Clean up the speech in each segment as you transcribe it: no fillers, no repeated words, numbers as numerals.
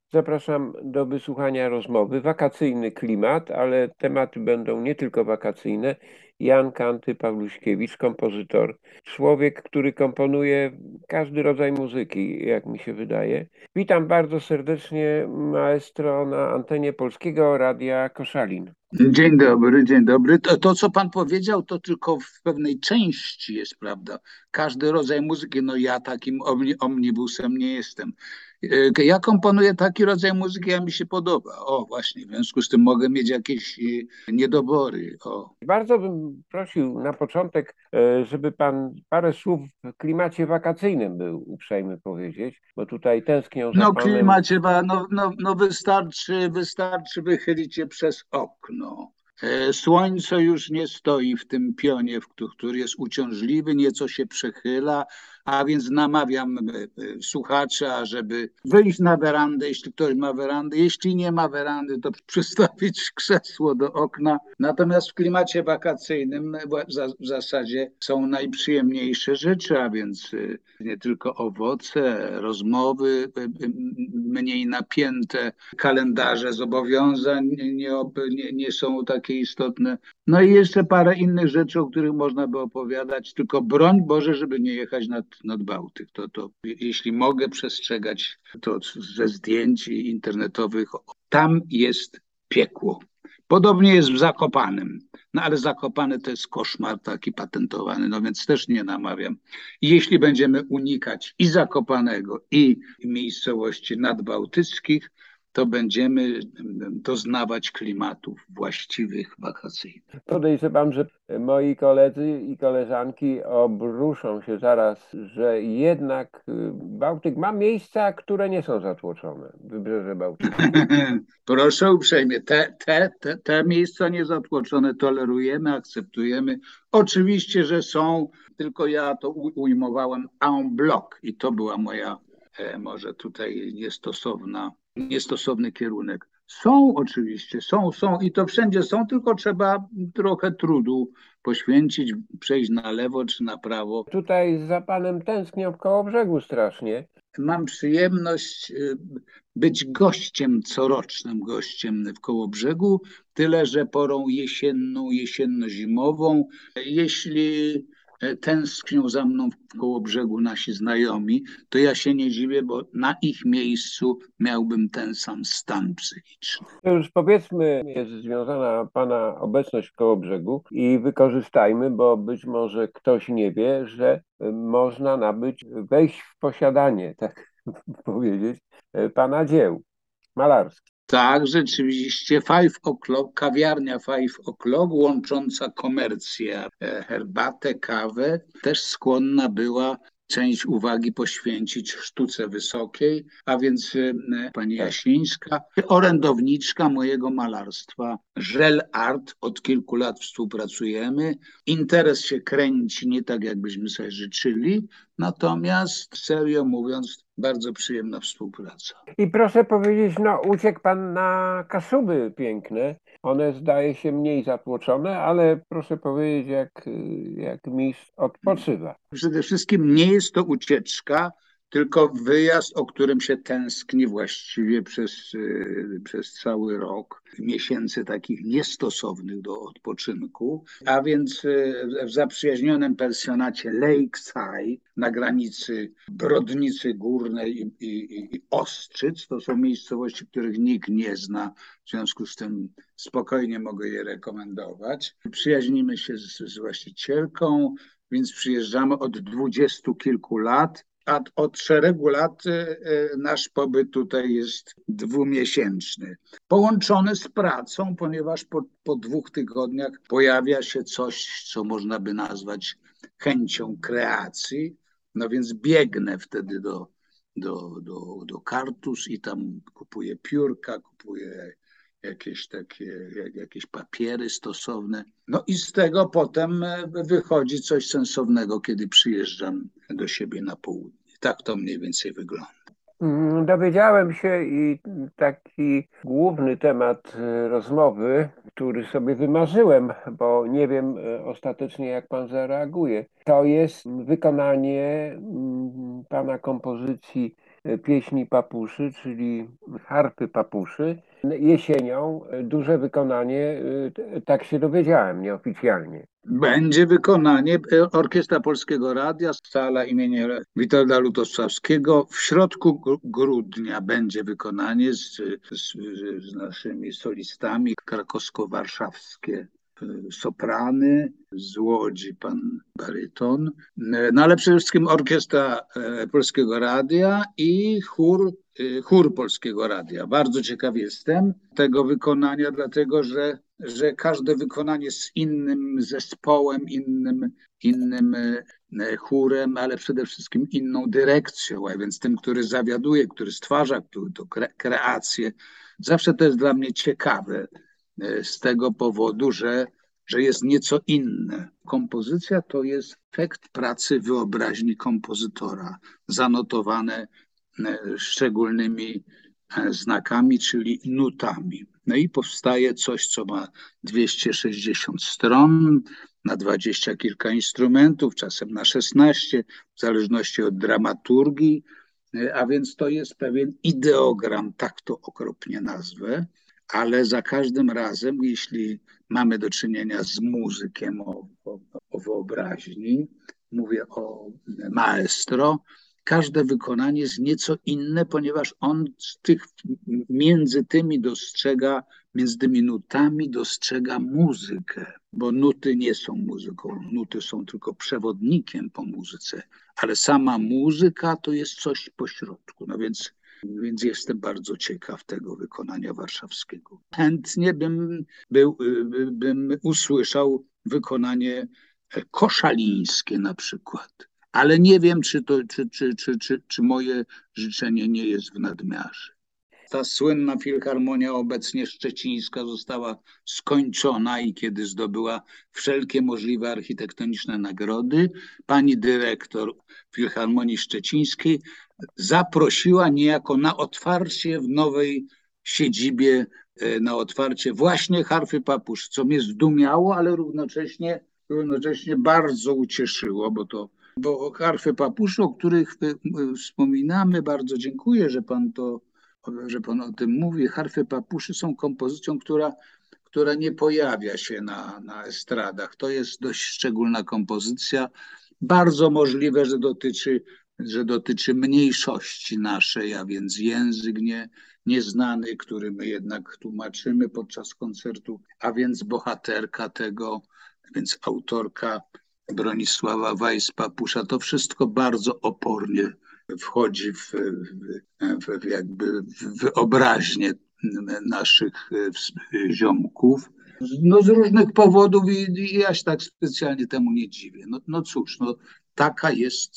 Zapraszam do wysłuchania rozmowy. Wakacyjny klimat, ale tematy będą nie tylko wakacyjne. Jan Kanty Pawluśkiewicz, kompozytor. Człowiek, który komponuje każdy rodzaj muzyki, jak mi się wydaje. Witam bardzo serdecznie maestro na antenie Polskiego Radia Koszalin. Dzień dobry, dzień dobry. To, co pan powiedział, to tylko w pewnej części jest prawda. Każdy rodzaj muzyki, no ja takim omnibusem nie jestem. Ja komponuję taki rodzaj muzyki, jak mi się podoba. O, właśnie, w związku z tym mogę mieć jakieś niedobory. O. Bardzo bym prosił na początek, żeby pan parę słów w klimacie wakacyjnym był uprzejmy powiedzieć, bo tutaj tęsknią za No panem. klimacie, no wystarczy wychylić się przez okno. Słońce już nie stoi w tym pionie, który jest uciążliwy, nieco się przechyla, a więc namawiam słuchacza, żeby wyjść na werandę, jeśli ktoś ma werandę. Jeśli nie ma werandy, to przystawić krzesło do okna. Natomiast w klimacie wakacyjnym w zasadzie są najprzyjemniejsze rzeczy, a więc nie tylko owoce, rozmowy mniej napięte, kalendarze zobowiązań nie są takie istotne. No i jeszcze parę innych rzeczy, o których można by opowiadać, tylko broń Boże, żeby nie jechać nad Bałtyk. Jeśli mogę przestrzegać to ze zdjęć internetowych, tam jest piekło. Podobnie jest w Zakopanem. No ale Zakopane to jest koszmar taki patentowany, no więc też nie namawiam. I jeśli będziemy unikać i Zakopanego, i miejscowości nadbałtyckich, to będziemy doznawać klimatów właściwych wakacyjnych. Podejrzewam, że moi koledzy i koleżanki obruszą się zaraz, że jednak Bałtyk ma miejsca, które nie są zatłoczone. Wybrzeże Bałtyckie. Proszę uprzejmie, te miejsca niezatłoczone tolerujemy, akceptujemy. Oczywiście, że są, tylko ja to ujmowałem en bloc i to była moja może tutaj niestosowny kierunek. Są oczywiście, są i to wszędzie są, tylko trzeba trochę trudu poświęcić, przejść na lewo czy na prawo. Tutaj za panem tęsknią w Kołobrzegu strasznie. Mam przyjemność być gościem, corocznym gościem w Kołobrzegu, tyle że porą jesienną, jesienno-zimową. Jeśli tęsknią za mną w Kołobrzegu nasi znajomi, to ja się nie dziwię, bo na ich miejscu miałbym ten sam stan psychiczny. To już powiedzmy, jest związana pana obecność w Kołobrzegu i wykorzystajmy, bo być może ktoś nie wie, że można wejść w posiadanie, tak powiedzieć, pana dzieł malarskich. Tak, rzeczywiście Five O'Clock, kawiarnia Five O'Clock łącząca komercję, herbatę, kawę, też skłonna była część uwagi poświęcić sztuce wysokiej, a więc pani Tak. Jasińska, orędowniczka mojego malarstwa, Żel Art, od kilku lat współpracujemy. Interes się kręci nie tak, jakbyśmy sobie życzyli, natomiast serio mówiąc, bardzo przyjemna współpraca. I proszę powiedzieć, no uciekł pan na Kaszuby piękne. One zdaje się mniej zatłoczone, ale proszę powiedzieć, jak mistrz odpoczywa. Przede wszystkim nie jest to ucieczka, tylko wyjazd, o którym się tęskni właściwie przez cały rok, miesięcy takich niestosownych do odpoczynku, a więc w zaprzyjaźnionym pensjonacie Lakeside na granicy Brodnicy Górnej i Ostrzyc. To są miejscowości, których nikt nie zna, w związku z tym spokojnie mogę je rekomendować. Przyjaźnimy się z właścicielką, więc przyjeżdżamy od 20 kilku lat, a od szeregu lat nasz pobyt tutaj jest dwumiesięczny. Połączony z pracą, ponieważ po 2 tygodniach pojawia się coś, co można by nazwać chęcią kreacji, no więc biegnę wtedy do Kartus i tam kupuję piórka, kupuję jakieś papiery stosowne. No i z tego potem wychodzi coś sensownego, kiedy przyjeżdżam do siebie na południe. Tak to mniej więcej wygląda. Dowiedziałem się i taki główny temat rozmowy, który sobie wymarzyłem, bo nie wiem ostatecznie, jak pan zareaguje, to jest wykonanie pana kompozycji pieśni papuszy, czyli harpy papuszy. Jesienią duże wykonanie, tak się dowiedziałem nieoficjalnie. Będzie wykonanie Orkiestra Polskiego Radia, sala imienia Witolda Lutosławskiego. W środku grudnia będzie wykonanie z naszymi solistami krakowsko-warszawskie soprany, z Łodzi pan baryton, no ale przede wszystkim Orkiestra Polskiego Radia i chór Polskiego Radia. Bardzo ciekaw jestem tego wykonania, dlatego że każde wykonanie z innym zespołem, innym chórem, ale przede wszystkim inną dyrekcją, a więc tym, który zawiaduje, który stwarza to kreację. Zawsze to jest dla mnie ciekawe z tego powodu, że jest nieco inne. Kompozycja to jest efekt pracy wyobraźni kompozytora, zanotowane szczególnymi znakami, czyli nutami. No i powstaje coś, co ma 260 stron, na 20 kilka instrumentów, czasem na 16, w zależności od dramaturgii, a więc to jest pewien ideogram, tak to okropnie nazwę, ale za każdym razem, jeśli mamy do czynienia z muzykiem o wyobraźni, mówię o maestro, każde wykonanie jest nieco inne, ponieważ on z tych, między tymi nutami dostrzega muzykę, bo nuty nie są muzyką, nuty są tylko przewodnikiem po muzyce, ale sama muzyka to jest coś pośrodku. No więc jestem bardzo ciekaw tego wykonania warszawskiego. Chętnie bym usłyszał wykonanie koszalińskie na przykład. Ale nie wiem, czy moje życzenie nie jest w nadmiarze. Ta słynna filharmonia obecnie szczecińska została skończona i kiedy zdobyła wszelkie możliwe architektoniczne nagrody, pani dyrektor Filharmonii Szczecińskiej zaprosiła niejako na otwarcie w nowej siedzibie, na otwarcie właśnie harfy papusz, co mnie zdumiało, ale równocześnie bardzo ucieszyło, bo harfy papuszy, o których wspominamy, bardzo dziękuję, że pan o tym mówi. Harfy papuszy są kompozycją, która nie pojawia się na estradach. To jest dość szczególna kompozycja. Bardzo możliwe, że dotyczy mniejszości naszej, a więc język nieznany, który my jednak tłumaczymy podczas koncertu, a więc bohaterka tego, a więc autorka Bronisława Weiss-Papusza. To wszystko bardzo opornie wchodzi jakby w wyobraźnię naszych wziomków. No z różnych powodów i ja się tak specjalnie temu nie dziwię. No cóż, no taka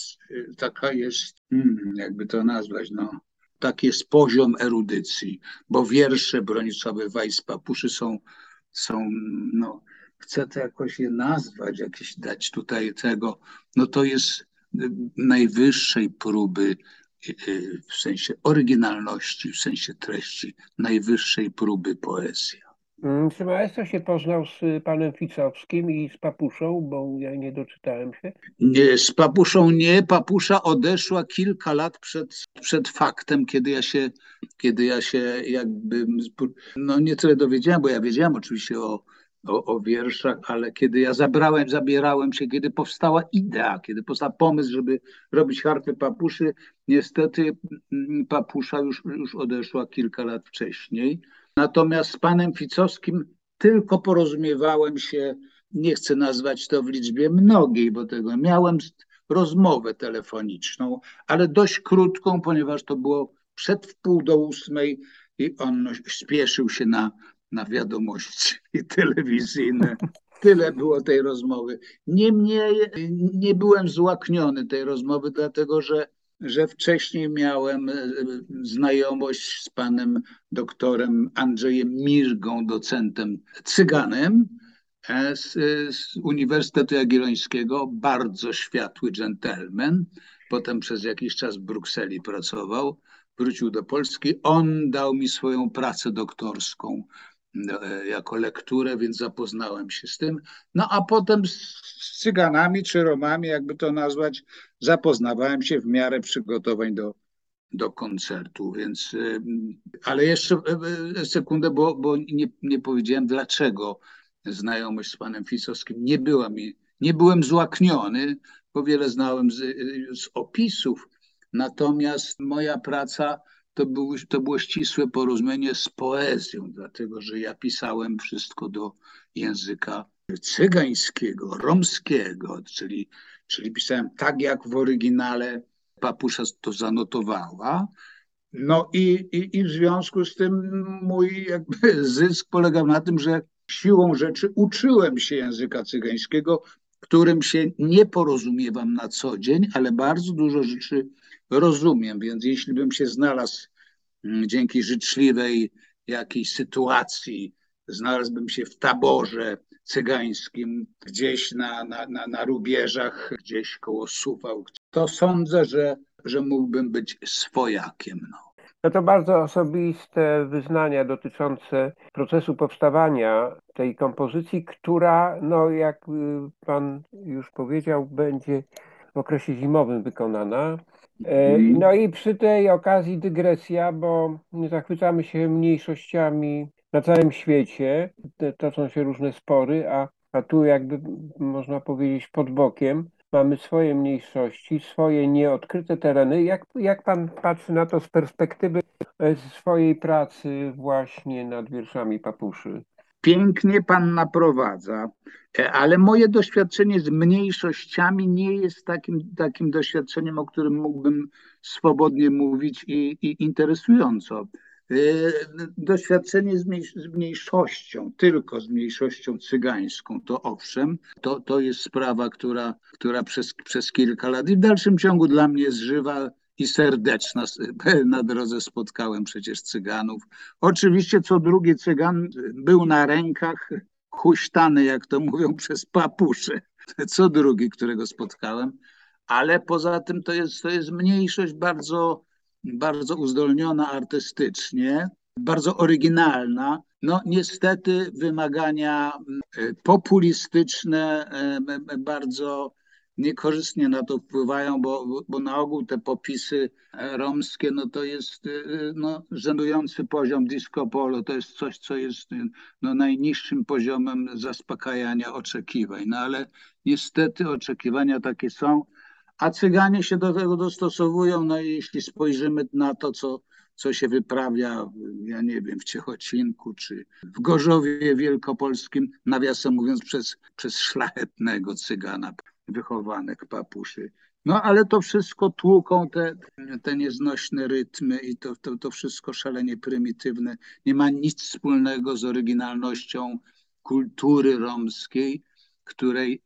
jest, jakby to nazwać, no taki jest poziom erudycji, bo wiersze Bronisławy Weiss-Papuszy są, no chcę to jakoś je nazwać, jakieś dać tutaj tego, no to jest najwyższej próby w sensie oryginalności, w sensie treści, najwyższej próby poezja. Czy maestro się poznał z panem Ficowskim i z Papuszą, bo ja nie doczytałem się? Nie, z Papuszą nie. Papusza odeszła kilka lat przed faktem, kiedy ja się jakby, no nie tyle dowiedziałem, bo ja wiedziałem oczywiście o wierszach, ale kiedy ja zabierałem się, kiedy powstała idea, kiedy powstał pomysł, żeby robić harfy papuszy, niestety Papusza już odeszła kilka lat wcześniej. Natomiast z panem Ficowskim tylko porozumiewałem się, nie chcę nazwać to w liczbie mnogiej, bo tego miałem rozmowę telefoniczną, ale dość krótką, ponieważ to było przed 7:30 i on spieszył się na wiadomości telewizyjne. Tyle było tej rozmowy. Niemniej nie byłem złakniony tej rozmowy, dlatego że wcześniej miałem znajomość z panem doktorem Andrzejem Mirgą, docentem cyganem z Uniwersytetu Jagiellońskiego, bardzo światły dżentelmen. Potem przez jakiś czas w Brukseli pracował, wrócił do Polski. On dał mi swoją pracę doktorską jako lekturę, więc zapoznałem się z tym. No a potem z cyganami czy Romami, jakby to nazwać, zapoznawałem się w miarę przygotowań do koncertu, więc, ale jeszcze sekundę, bo nie powiedziałem, dlaczego znajomość z panem Fisowskim nie byłem złakniony, bo wiele znałem z opisów, natomiast moja praca to było ścisłe porozumienie z poezją, dlatego że ja pisałem wszystko do języka cygańskiego, romskiego, czyli pisałem tak, jak w oryginale Papusza to zanotowała. No i w związku z tym mój jakby zysk polegał na tym, że siłą rzeczy uczyłem się języka cygańskiego, którym się nie porozumiewam na co dzień, ale bardzo dużo rzeczy rozumiem, więc jeśli bym się znalazł dzięki życzliwej jakiejś sytuacji, znalazłbym się w taborze cygańskim, gdzieś na rubieżach, gdzieś koło Suwałk, to sądzę, że mógłbym być swojakiem. No. No to bardzo osobiste wyznania dotyczące procesu powstawania tej kompozycji, która, no jak pan już powiedział, będzie w okresie zimowym wykonana. No i przy tej okazji dygresja, bo zachwycamy się mniejszościami na całym świecie, toczą się różne spory, a tu jakby można powiedzieć pod bokiem mamy swoje mniejszości, swoje nieodkryte tereny. Jak pan patrzy na to z perspektywy swojej pracy właśnie nad wierszami Papuszy? Pięknie pan naprowadza, ale moje doświadczenie z mniejszościami nie jest takim doświadczeniem, o którym mógłbym swobodnie mówić i interesująco. E, Doświadczenie z mniejszością, tylko z mniejszością cygańską, to owszem, to jest sprawa, która przez kilka lat i w dalszym ciągu dla mnie jest żywa i serdeczna. Na drodze spotkałem przecież Cyganów. Oczywiście co drugi Cygan był na rękach huśtany, jak to mówią, przez papusze. Co drugi, którego spotkałem. Ale poza tym to jest mniejszość bardzo uzdolniona artystycznie, bardzo oryginalna. No niestety wymagania populistyczne bardzo niekorzystnie na to wpływają, bo na ogół te popisy romskie, no to jest no, żenujący poziom disco polo, to jest coś, co jest no, najniższym poziomem zaspokajania oczekiwań. No ale niestety oczekiwania takie są, a Cyganie się do tego dostosowują, no i jeśli spojrzymy na to, co się wyprawia, ja nie wiem, w Ciechocinku czy w Gorzowie Wielkopolskim, nawiasem mówiąc, przez szlachetnego Cygana wychowanych Papuszy. No ale to wszystko tłuką te nieznośne rytmy i to wszystko szalenie prymitywne. Nie ma nic wspólnego z oryginalnością kultury romskiej, której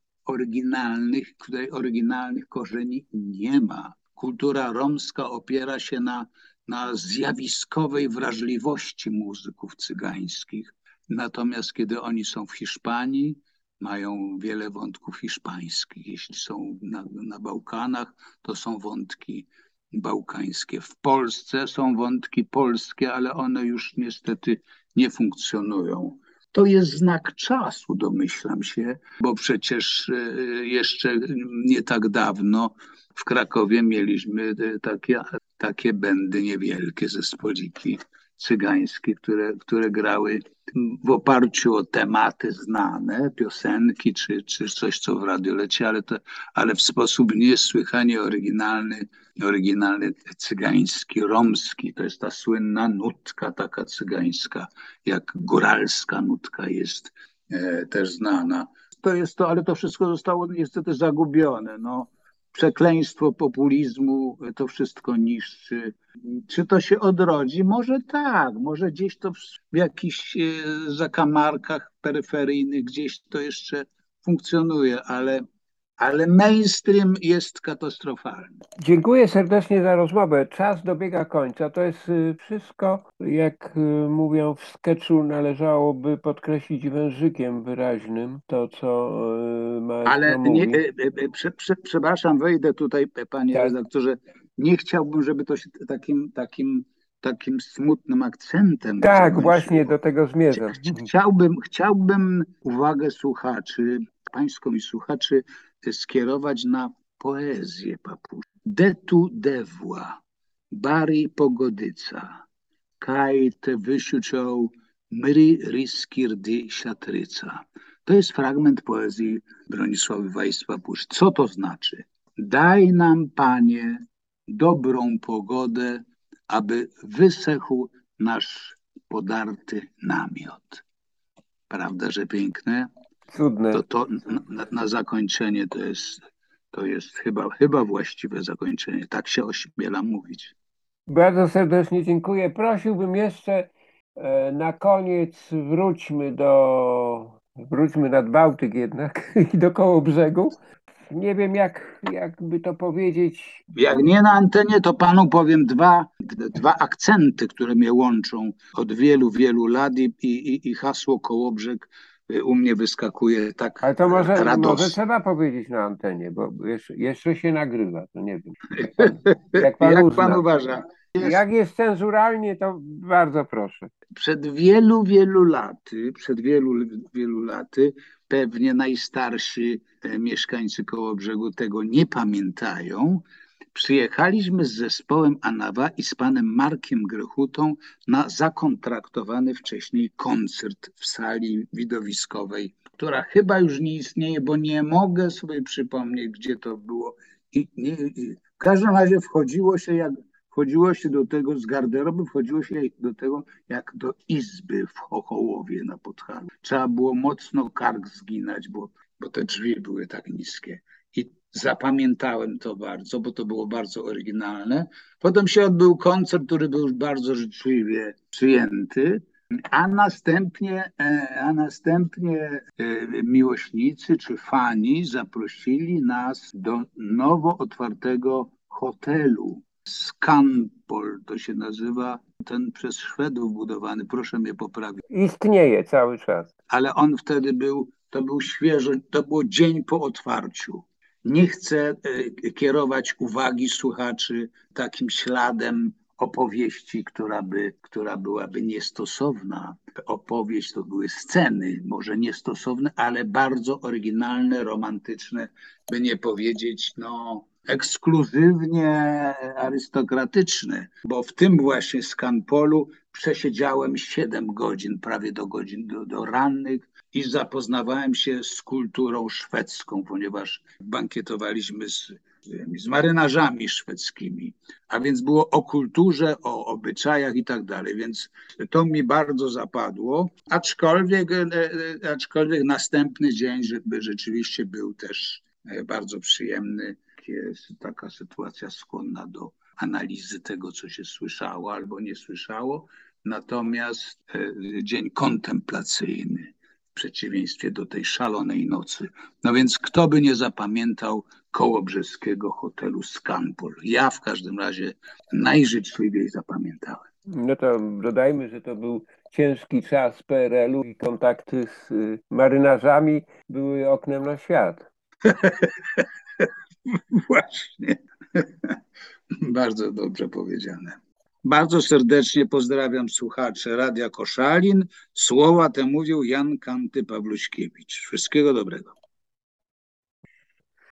oryginalnych korzeni nie ma. Kultura romska opiera się na zjawiskowej wrażliwości muzyków cygańskich. Natomiast kiedy oni są w Hiszpanii, mają wiele wątków hiszpańskich. Jeśli są na Bałkanach, to są wątki bałkańskie. W Polsce są wątki polskie, ale one już niestety nie funkcjonują. To jest znak czasu, domyślam się, bo przecież jeszcze nie tak dawno w Krakowie mieliśmy takie będy niewielkie, zespoliki cygańskie, które grały w oparciu o tematy znane, piosenki czy coś, co w radio leci, ale w sposób niesłychanie oryginalny cygański, romski. To jest ta słynna nutka taka cygańska, jak góralska nutka jest też znana. To jest to, ale to wszystko zostało niestety zagubione. No, przekleństwo populizmu to wszystko niszczy. Czy to się odrodzi? Może tak, może gdzieś to w jakichś zakamarkach peryferyjnych gdzieś to jeszcze funkcjonuje, ale mainstream jest katastrofalny. Dziękuję serdecznie za rozmowę. Czas dobiega końca. To jest wszystko, jak mówią w sketchu, należałoby podkreślić wężykiem wyraźnym to, co Ale maestro nie, mówi. przepraszam, wejdę tutaj, panie Tak, redaktorze. Nie chciałbym, żeby to się takim smutnym akcentem tak, właśnie zakończyło. do tego zmierzam. Chciałbym uwagę słuchaczy, pańską i słuchaczy, skierować na poezję Papuszy. De tu de voix. Bari Pogodyca, kaj te wysiuciał mry riskirdy siatryca. To jest fragment poezji Bronisławy Wajsła-Pusz. Co to znaczy? Daj nam, Panie, dobrą pogodę, aby wysechł nasz podarty namiot. Prawda, że piękne? Cudne. To na zakończenie to jest chyba właściwe zakończenie. Tak się ośmielam mówić. Bardzo serdecznie dziękuję. Prosiłbym jeszcze na koniec wróćmy nad Bałtyk jednak i do Kołobrzegu. Nie wiem jakby to powiedzieć. Jak nie na antenie, to panu powiem dwa akcenty, które mnie łączą od wielu, wielu lat i hasło Kołobrzeg u mnie wyskakuje tak Ale to może radosnie. trzeba powiedzieć na antenie, bo jeszcze się nagrywa, to nie wiem. Jak pan Jak uzna. pan uważa? Jak jest cenzuralnie, to bardzo proszę. Przed wielu laty, pewnie najstarsi mieszkańcy Kołobrzegu tego nie pamiętają, przyjechaliśmy z zespołem Anawa i z panem Markiem Grechutą na zakontraktowany wcześniej koncert w sali widowiskowej, która chyba już nie istnieje, bo nie mogę sobie przypomnieć, gdzie to było. W każdym razie wchodziło się do tego z garderoby, wchodziło się do tego jak do izby w Chochołowie na Podhalu. Trzeba było mocno kark zginać, bo te drzwi były tak niskie. I zapamiętałem to bardzo, bo to było bardzo oryginalne. Potem się odbył koncert, który był bardzo życzliwie przyjęty, a następnie miłośnicy czy fani zaprosili nas do nowo otwartego hotelu. Scanpol to się nazywa, ten przez Szwedów budowany, proszę mnie poprawić. Istnieje cały czas. Ale on wtedy to był świeży, to było dzień po otwarciu. Nie chcę kierować uwagi słuchaczy takim śladem opowieści, która byłaby niestosowna. Opowieść to były sceny, może niestosowne, ale bardzo oryginalne, romantyczne, by nie powiedzieć, ekskluzywnie arystokratyczne, bo w tym właśnie Scanpolu przesiedziałem 7 godzin, prawie do rannych i zapoznawałem się z kulturą szwedzką, ponieważ bankietowaliśmy z marynarzami szwedzkimi, a więc było o kulturze, o obyczajach i tak dalej, więc to mi bardzo zapadło, aczkolwiek następny dzień rzeczywiście był też bardzo przyjemny. Jest taka sytuacja skłonna do analizy tego, co się słyszało albo nie słyszało, natomiast dzień kontemplacyjny w przeciwieństwie do tej szalonej nocy. No więc kto by nie zapamiętał kołobrzeskiego hotelu Scanpol? Ja w każdym razie najżyczliwiej zapamiętałem. No to dodajmy, że to był ciężki czas PRL-u i kontakty z marynarzami były oknem na świat. Właśnie. Bardzo dobrze powiedziane. Bardzo serdecznie pozdrawiam słuchaczy Radia Koszalin. Słowa te mówił Jan Kanty Pawluśkiewicz. Wszystkiego dobrego.